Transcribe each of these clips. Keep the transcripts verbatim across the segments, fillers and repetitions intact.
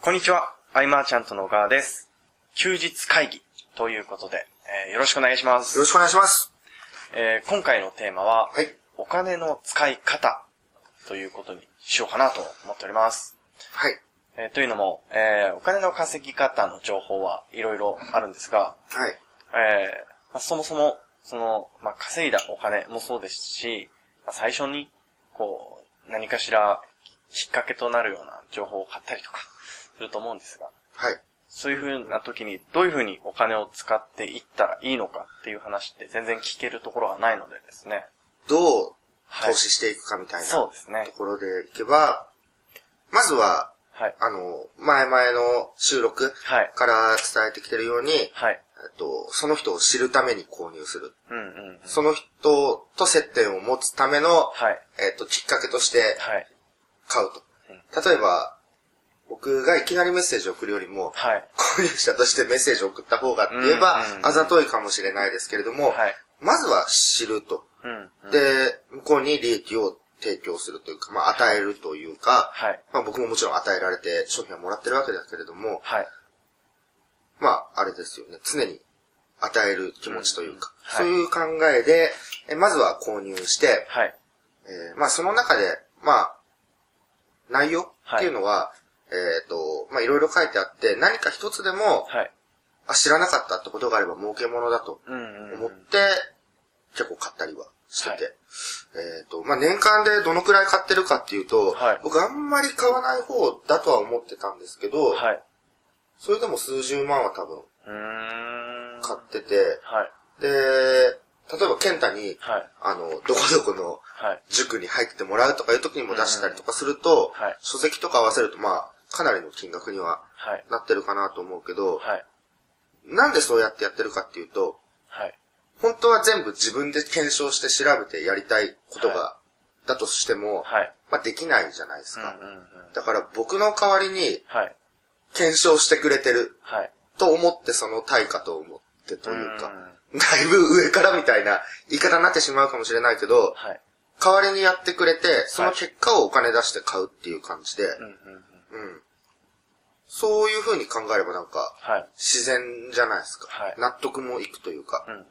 こんにちは、アイマーちゃんとの小川です。休日会議ということで、えー、よろしくお願いします。 よろしくお願いします。 えー、今回のテーマは、 はい、 お金の使い方ということにしようかなと思っております。 はい。 えー、というのも、えー、お金の稼ぎ方の情報はいろいろあるんですが、 はい。 えーまあ、そもそも、その、まあ、稼いだお金もそうですし、まあ、最初に、こう、何かしらきっかけとなるような情報を買ったりとかすると思うんですが、 はい。 そういう風な時にどういう風にお金を使っていったらいいのかっていう話って全然聞けるところがないのでですね。 どう投資していくかみたいな、 そうですね。 ところでいけば、まずは、はい、あの、前々の収録から伝えてきてるように、はい、えっと、その人を知るために購入する。うんうんうん、その人と接点を持つための、はい、えっと、きっかけとして買うと。はい、例えば、僕がいきなりメッセージを送るよりも、はい、購入者としてメッセージを送った方がって言えば、あざといかもしれないですけれども、はい、まずは知ると、うんうん。で、向こうに利益を提供するというか、まあ、与えるというか、はい、まあ、僕ももちろん与えられて商品をもらってるわけだけれども、はい、まあ、あれですよね。常に与える気持ちというか、うんうん、そういう考えで、えまずは購入して、はい、えー、まあ、その中で、まあ、内容っていうのは、はい、えっと、まあ、いろいろ書いてあって、何か一つでも、はい、あ、知らなかったってことがあれば儲け物だと思って、結構買ったりはしてて。はい、えっと、まあ、年間でどのくらい買ってるかっていうと、はい、僕あんまり買わない方だとは思ってたんですけど、はい、それでも数十万は多分、買ってて、はい、で、例えば健太に、はい、あの、どこどこの塾に入ってもらうとかいう時にも出したりとかすると、はい、書籍とか合わせるとまあ、かなりの金額にはなってるかなと思うけど、はい、なんでそうやってやってるかっていうと、はい、本当は全部自分で検証して調べてやりたいことが、はい、だとしても、はい、まあできないじゃないですか。うんうんうん、だから僕の代わりに、検証してくれてる、と思ってその対価と思ってというか、だいぶ上からみたいな言い方になってしまうかもしれないけど、はい、代わりにやってくれて、その結果をお金出して買うっていう感じで、はい、うんうんうん、そういう風に考えればなんか、はい、自然じゃないですか。はい、納得もいくというか、うんうんうん。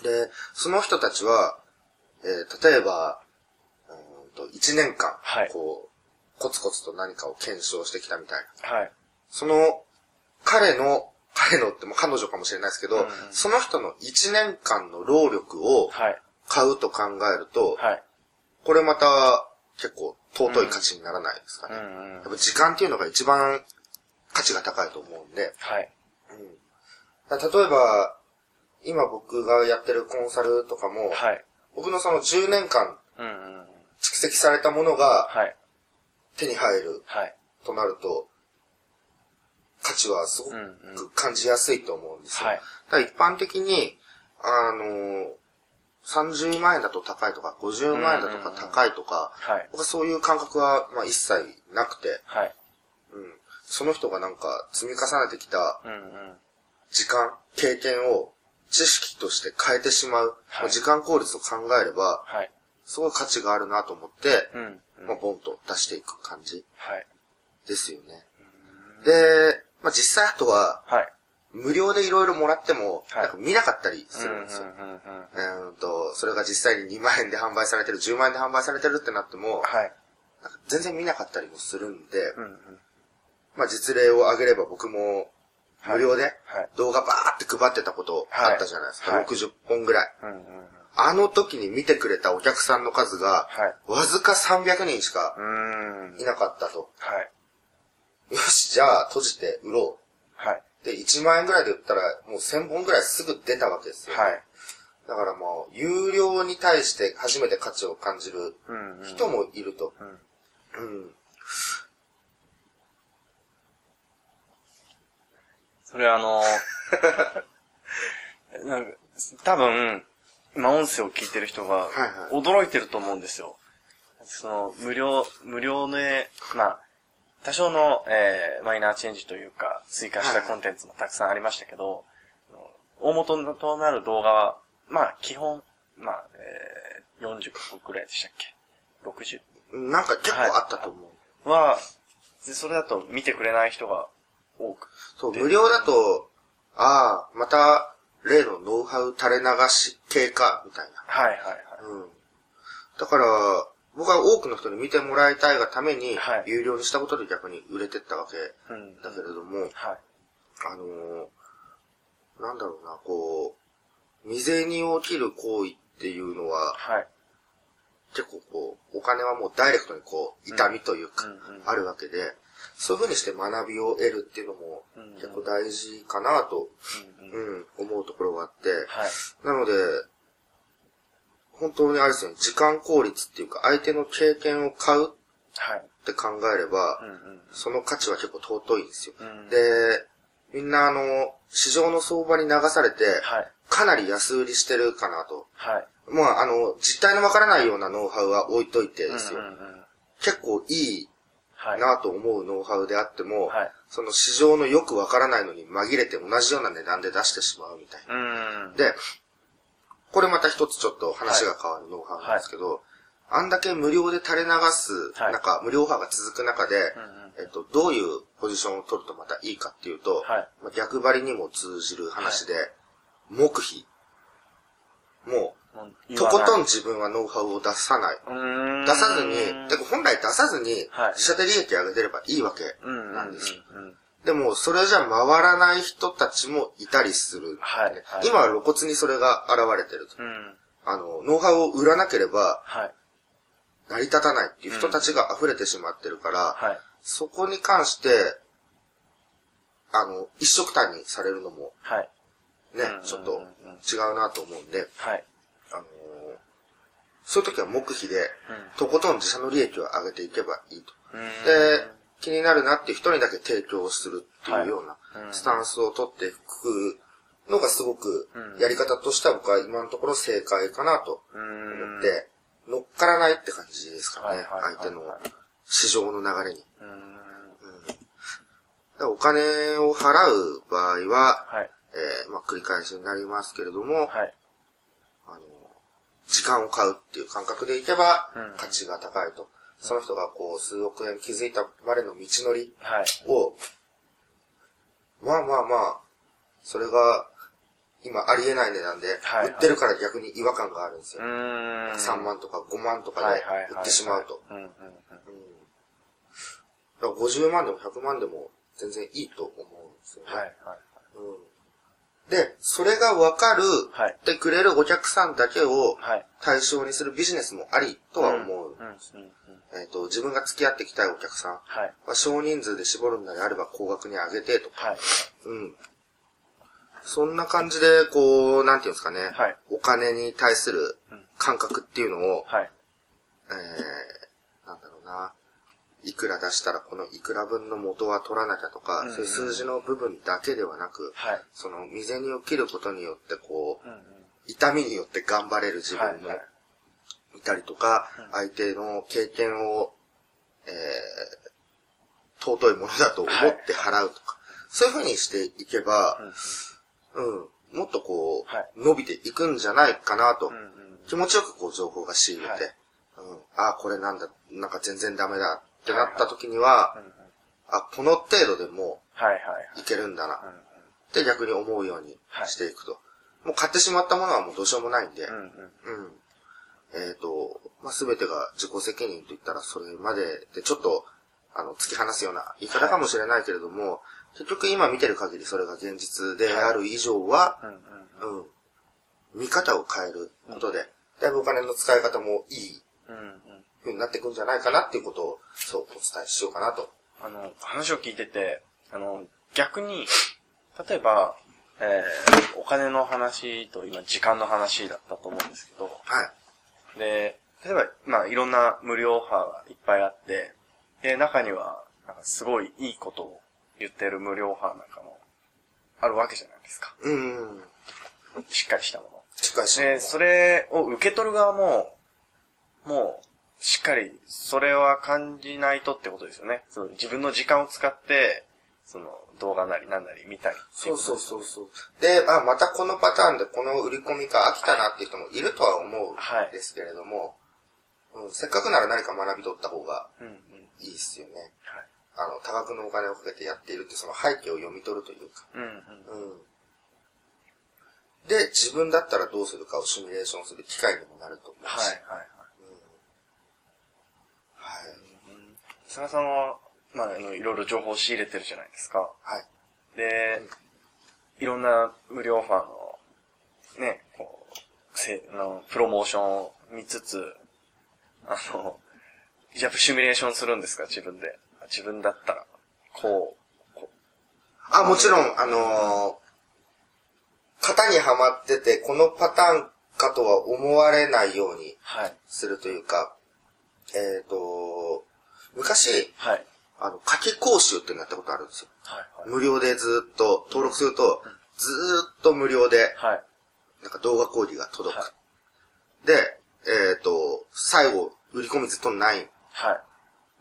で、その人たちは、えー、例えば、うんといちねんかん、はい、こう、コツコツと何かを検証してきたみたいな。はい、その、彼の、彼のっても彼女かもしれないですけど、うんうん、その人のいちねんかんの労力を買うと考えると、はい、これまた結構尊い価値にならないですかね。うんうんうん、やっぱ時間っていうのが一番価値が高いと思うんで、はい、うん、例えば、今僕がやってるコンサルとかも、はい、僕のそのじゅうねんかん蓄積されたものが手に入るとなると、価値はすごく感じやすいと思うんですよ。はい、だから一般的に、あの、さんじゅうまんえんだと高いとか、ごじゅうまんえんだとか高いとか、はい、僕はそういう感覚はまあ一切なくて、はい、うん、その人がなんか積み重ねてきた時間、経験を知識として変えてしまう、はい、時間効率を考えれば、はい、すごい価値があるなと思って、うんうん、まあ、ボンと出していく感じですよね。はい、で、まあ、実際あとは、はい、無料でいろいろもらっても、なんか見なかったりするんですよ。うんと、それが実際ににまんえんで販売されてる、じゅうまんえんで販売されてるってなっても、はい、なんか全然見なかったりもするんで、うんうん、まあ実例を挙げれば僕も無料で動画バーって配ってたことあったじゃないですか。はい、ろくじゅっぽんぐらい、うんうん。あの時に見てくれたお客さんの数が、わずかさんびゃくにんしかいなかったと。はい、よし、じゃあ閉じて売ろう。はい。で、いちまんえんぐらいで売ったら、もうせんぼんぐらいすぐ出たわけですよ、ね。はい。だからもう、有料に対して初めて価値を感じる人もいると。うん。うん、 それあの、なんか多分、今音声を聞いてる人が、驚いてると思うんですよ。はいはい、その、無料、無料で、まあ、多少の、えー、マイナーチェンジというか、追加したコンテンツもたくさんありましたけど、はい、大元となる動画は、まあ、基本、まあ、えー、よんじゅっぽんくらいでしたっけ ?ろくじゅう。 なんか結構あったと思う。 はい、は、それだと見てくれない人が多く。 そう、無料だと、ああ、また、例のノウハウ垂れ流し系か、みたいな。 はいはいはい。 うん。だから、僕は多くの人に見てもらいたいがために、有料にしたことで逆に売れてったわけだけれども、はい、あのー、なんだろうな、こう、未然に起きる行為っていうのは、はい、結構こう、お金はもうダイレクトにこう、痛みというか、あるわけで、そういう風にして学びを得るっていうのも結構大事かなと、うんうん、思うところがあって、はい、なので、本当にあれですね、時間効率っていうか、相手の経験を買うって考えれば、はい、その価値は結構尊いんですよ。うん、で、みんなあの、市場の相場に流されて、はい、かなり安売りしてるかなと。はい、まあ、あの、実態のわからないようなノウハウは置いといてですよ。うんうんうん、結構いいなと思うノウハウであっても、はい、その市場のよくわからないのに紛れて同じような値段で出してしまうみたいな。うん、で、これまた一つちょっと話が変わるノウハウなんですけど、はい、あんだけ無料で垂れ流す、はい、なんか無料オファーが続く中で、うんうん、えっと、どういうポジションを取るとまたいいかっていうと、はい、まあ、逆張りにも通じる話で、はい、黙秘。もう、とことん自分はノウハウを出さない。出さずに、てか本来出さずに、自社で利益を上げてればいいわけなんですよ。でも、それじゃ回らない人たちもいたりする。はいはい、今は露骨にそれが現れてると。うん、あの、ノウハウを売らなければ、成り立たないっていう人たちが溢れてしまってるから、うんはい、そこに関して、あの、一色単にされるのも、はい、ね、うん、ちょっと違うなと思うんで、はい、あのー、そういう時は黙秘で、うん、とことん自社の利益を上げていけばいいと。で、気になるなっていう人にだけ提供するっていうようなスタンスを取っていくのがすごくやり方としては僕は今のところ正解かなと思って、乗っからないって感じですかね、相手の市場の流れに。うん、お金を払う場合は、はい、えー、まあ繰り返しになりますけれども、はい、あの時間を買うっていう感覚でいけば価値が高いと。その人がこう、数億円築いたまでの道のりを、はい、まあまあまあ、それが今ありえない値段で、売ってるから逆に違和感があるんですよ。はいはい、さんまんとかごまんとかで売ってしまうと。ごじゅうまんでもひゃくまんでも全然いいと思うんですよね。はいはいうんで、それが分かるってくれるお客さんだけを対象にするビジネスもありとは思う。えっと、自分が付き合っていきたいお客さんは少人数で絞るんであれば高額に上げてとか、はい、うん。そんな感じで、こう、なんていうんですかね、はい、お金に対する感覚っていうのを、はい、えー、なんだろうな、いくら出したらこのいくら分の元は取らなきゃとか、うんうん、そういう数字の部分だけではなく、はい、その未然に起きることによってこう、うんうん、痛みによって頑張れる自分もいたりとか、はいはい、相手の経験を、えー、尊いものだと思って払うとか、はい、そういう風にしていけば、うん、うん、もっとこう、はい、伸びていくんじゃないかなと、うんうん、気持ちよくこう情報が仕入れて、はいうん、ああ、これなんだ、なんか全然ダメだ。ってなった時には、はいはいあ、この程度でもいけるんだなって逆に思うようにしていくと。はい、もう買ってしまったものはもうどうしようもないんで、うんうんうん、えっと、まあ、全てが自己責任と言ったらそれまででちょっと、あの、突き放すような言い方かもしれないけれども、はい、結局今見てる限りそれが現実である以上は、はいうんうん、見方を変えることで、だいぶお金の使い方もいい、うんうんふうになっていくんじゃないかなっていうことを、そう、お伝えしようかなと。 あの、話を聞いてて、あの、逆に、例えば、えー、お金の話と今時間の話だったと思うんですけど、はい。で、例えば、まあ、いろんな無料オファーがいっぱいあって、で、中には、なんかすごいいいことを言ってる無料オファーなんかもあるわけじゃないですか。うん。しっかりしたもの。しっかりしたもの。で、それを受け取る側も、もう、しっかり、それは感じないとってことですよね。その自分の時間を使って、その動画なりなんなり見たり、ね。 そうそうそうそう。で、あ、またこのパターンでこの売り込みか飽きたなっていう人もいるとは思うんですけれども、はいうん、せっかくなら何か学び取った方がいいですよね。 あの、多額のお金をかけてやっているってその背景を読み取るというか。 うんうん。うん。 で、自分だったらどうするかをシミュレーションする機会にもなると思うし。はいはいはい。 はい。菅さんは、まあ、あの、いろいろ情報を仕入れてるじゃないですか。はい。で、うん、いろんな無料オファーの、ね、こう、せのプロモーションを見つつ、あの、やっぱシミュレーションするんですか自分で。自分だったら、こう、こう。 あ、もちろん、あのー、型にはまってて、このパターンかとは思われないようにするというか、はい、えっと、昔、はい、あの、夏季講習っていうのやったことあるんですよ。はいはい、無料でずっと登録すると、うん、ずーっと無料で、はい、なんか動画講義が届く。はい、で、えっと、最後、売り込みずっとない。はい、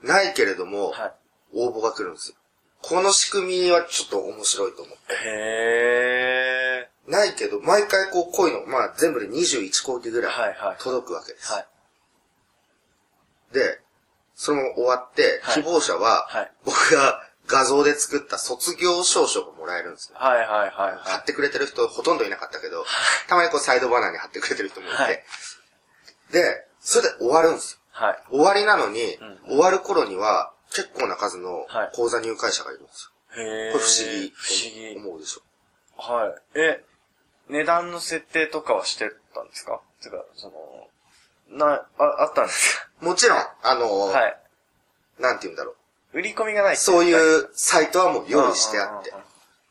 ないけれども、はい、応募が来るんですよ。この仕組みはちょっと面白いと思って。へー。ないけど、毎回こう、こういうの、まあ全部でにじゅういち講義ぐらい届くわけです。はいはい、で、その終わって、希望者は、はい、僕が画像で作った卒業証書がもらえるんですよ。はいはいはい、はい。貼ってくれてる人ほとんどいなかったけど、たまにこうサイドバナーに貼ってくれてる人もいて、はい、で、それで終わるんですよ。はい、終わりなのに、うん、終わる頃には、結構な数の口座入会者がいるんですよ。へー。これ不思議。不思議。思うでしょ。 はい。え、値段の設定とかはしてたんですか？てか、その、な、あ、あったんですか？ もちろん、あのー、はい。なんて言うんだろう。売り込みがない。 そういうサイトはもう用意してあって。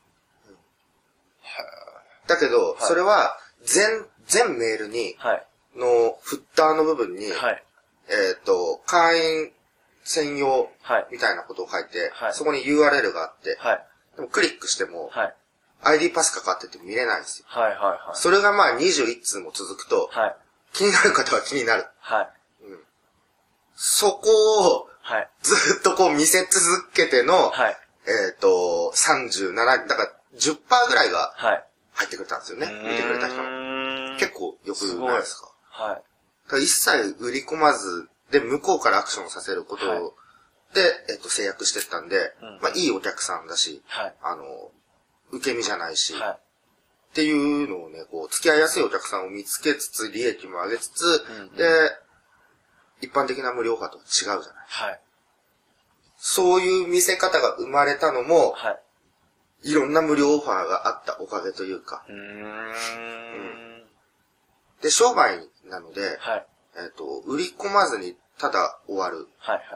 だけど、はい、それは、全、全メールに、はい、の、フッターの部分に、はい、えっと、会員、専用みたいなことを書いて、はい、そこに ユーアールエル があって、はい、でもクリックしても、はい、アイディー パスかかってて見れないんですよ。はいはいはい、それがまあにじゅういち通も続くと、はい、気になる方は気になる。はいうん、そこを、ずっとこう見せ続けての、はい、えっと、さんじゅうなな、だから じゅっパーセント ぐらいが入ってくれたんですよね。はい、見てくれた人の。結構よくないですか？はい、だから一切売り込まず、で、向こうからアクションさせることで、はい、えっと、制約してったんで、うん、まあ、いいお客さんだし、はい、あの、受け身じゃないし、はい、っていうのをね、こう、付き合いやすいお客さんを見つけつつ、利益も上げつつ、うんうん、で、一般的な無料オファーと違うじゃない。はい、そういう見せ方が生まれたのも、はい、いろんな無料オファーがあったおかげというか、うーん、うん、で、商売なので、はい、えっと、売り込まずにただ終わる。はいはい。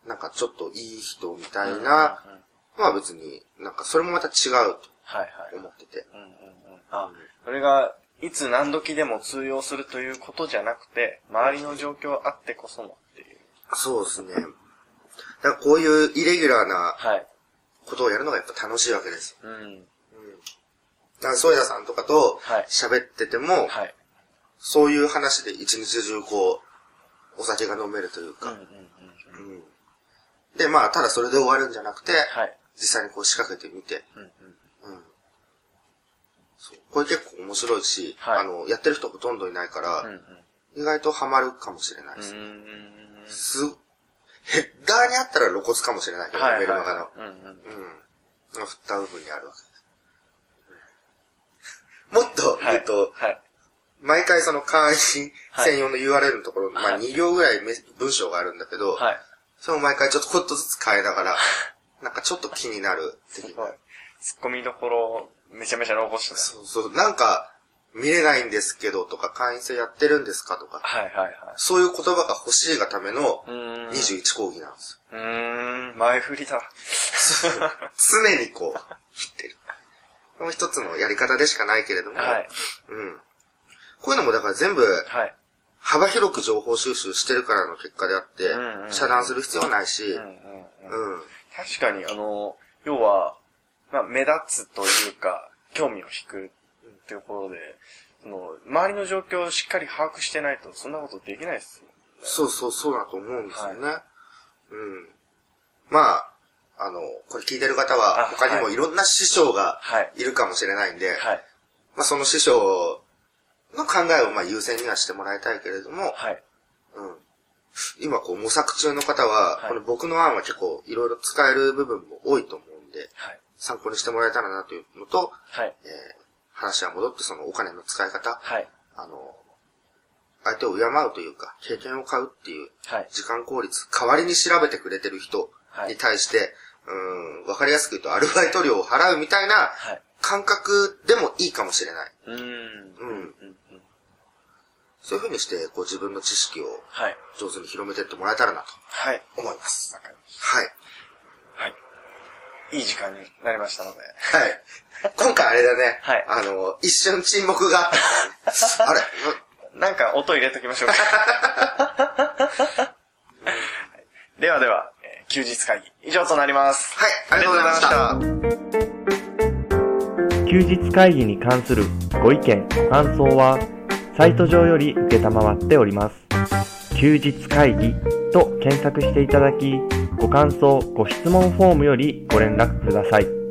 なんかちょっといい人みたいな、うんうんうん、まあ別に、なんかそれもまた違うと思ってて。はいはい。うんうんうん、 あ、それが、いつ何時でも通用するということじゃなくて、周りの状況あってこそのっていう。 そうですね。だからこういうイレギュラーなことをやるのがやっぱ楽しいわけです。うん。うん。だから、ソイダさんとかと喋ってても、はいはい、そういう話で一日中こう、お酒が飲めるというか。うんうんうんうん、で、まあ、ただそれで終わるんじゃなくて、はい、実際にこう仕掛けてみて、うんうんうん、そうこれ結構面白いし、はい、あの、やってる人ほとんどいないから、うんうん、意外とハマるかもしれないですね。うんすヘッダーにあったら露骨かもしれないけど、はいはい、メルマガの。うんうんうん。振った部分にあるわけです。もっと言うと、はいはい、毎回その会員専用の ユーアールエル のところ、はい、まあに行ぐらい文章があるんだけど、はい、それを毎回ちょっとコットずつ変えながら、なんかちょっと気になる的な。 ツッコミどころめちゃめちゃ残してね。 そうそう。なんか、見れないんですけどとか、会員制やってるんですかとか。はいはいはい。そういう言葉が欲しいがためのにじゅういち講義なんですよ。うーん、前振りだ。 常にこう、言ってる。この一つのやり方でしかないけれども、はい、うん。こういうのもだから全部、はい、幅広く情報収集してるからの結果であって、うんうんうん、遮断する必要はないし、うんうんうんうん、確かに、あの、要は、まあ、目立つというか、興味を引くっていうことで、その、周りの状況をしっかり把握してないと、そんなことできないですよ、ね。 そうそう、そうだと思うんですよね。はい、うん。まあ、あの、これ聞いてる方は、他にもいろんな師匠がいるかもしれないんで、はいはい、まあその師匠の考えをまあ優先にはしてもらいたいけれども、はい、うん。 今こう模索中の方は、はい、この僕の案は結構いろいろ使える部分も多いと思うんで、はい、参考にしてもらえたらなというのと、はい、えー、話は戻ってそのお金の使い方、はい、あの、相手を敬うというか、経験を買うっていう時間効率、代わりに調べてくれてる人に対して、はい、うーん、わかりやすく言うとアルバイト料を払うみたいな感覚でもいいかもしれない。うん。うん。そういう風にして、こう自分の知識を上手に広めていってもらえたらなと思います。はい。わかりました。はい。 はい。いい時間になりましたので。 はい。今回あれだね。はい。あの、一瞬沈黙があったからね。 あれなんか音入れときましょうか。ではでは、えー、休日会議以上となります。 はい。ありがとうございました。 休日会議に関するご意見、ご感想は、サイト上より受けたまわっております。休日会議と検索していただき、ご感想、ご質問フォームよりご連絡ください。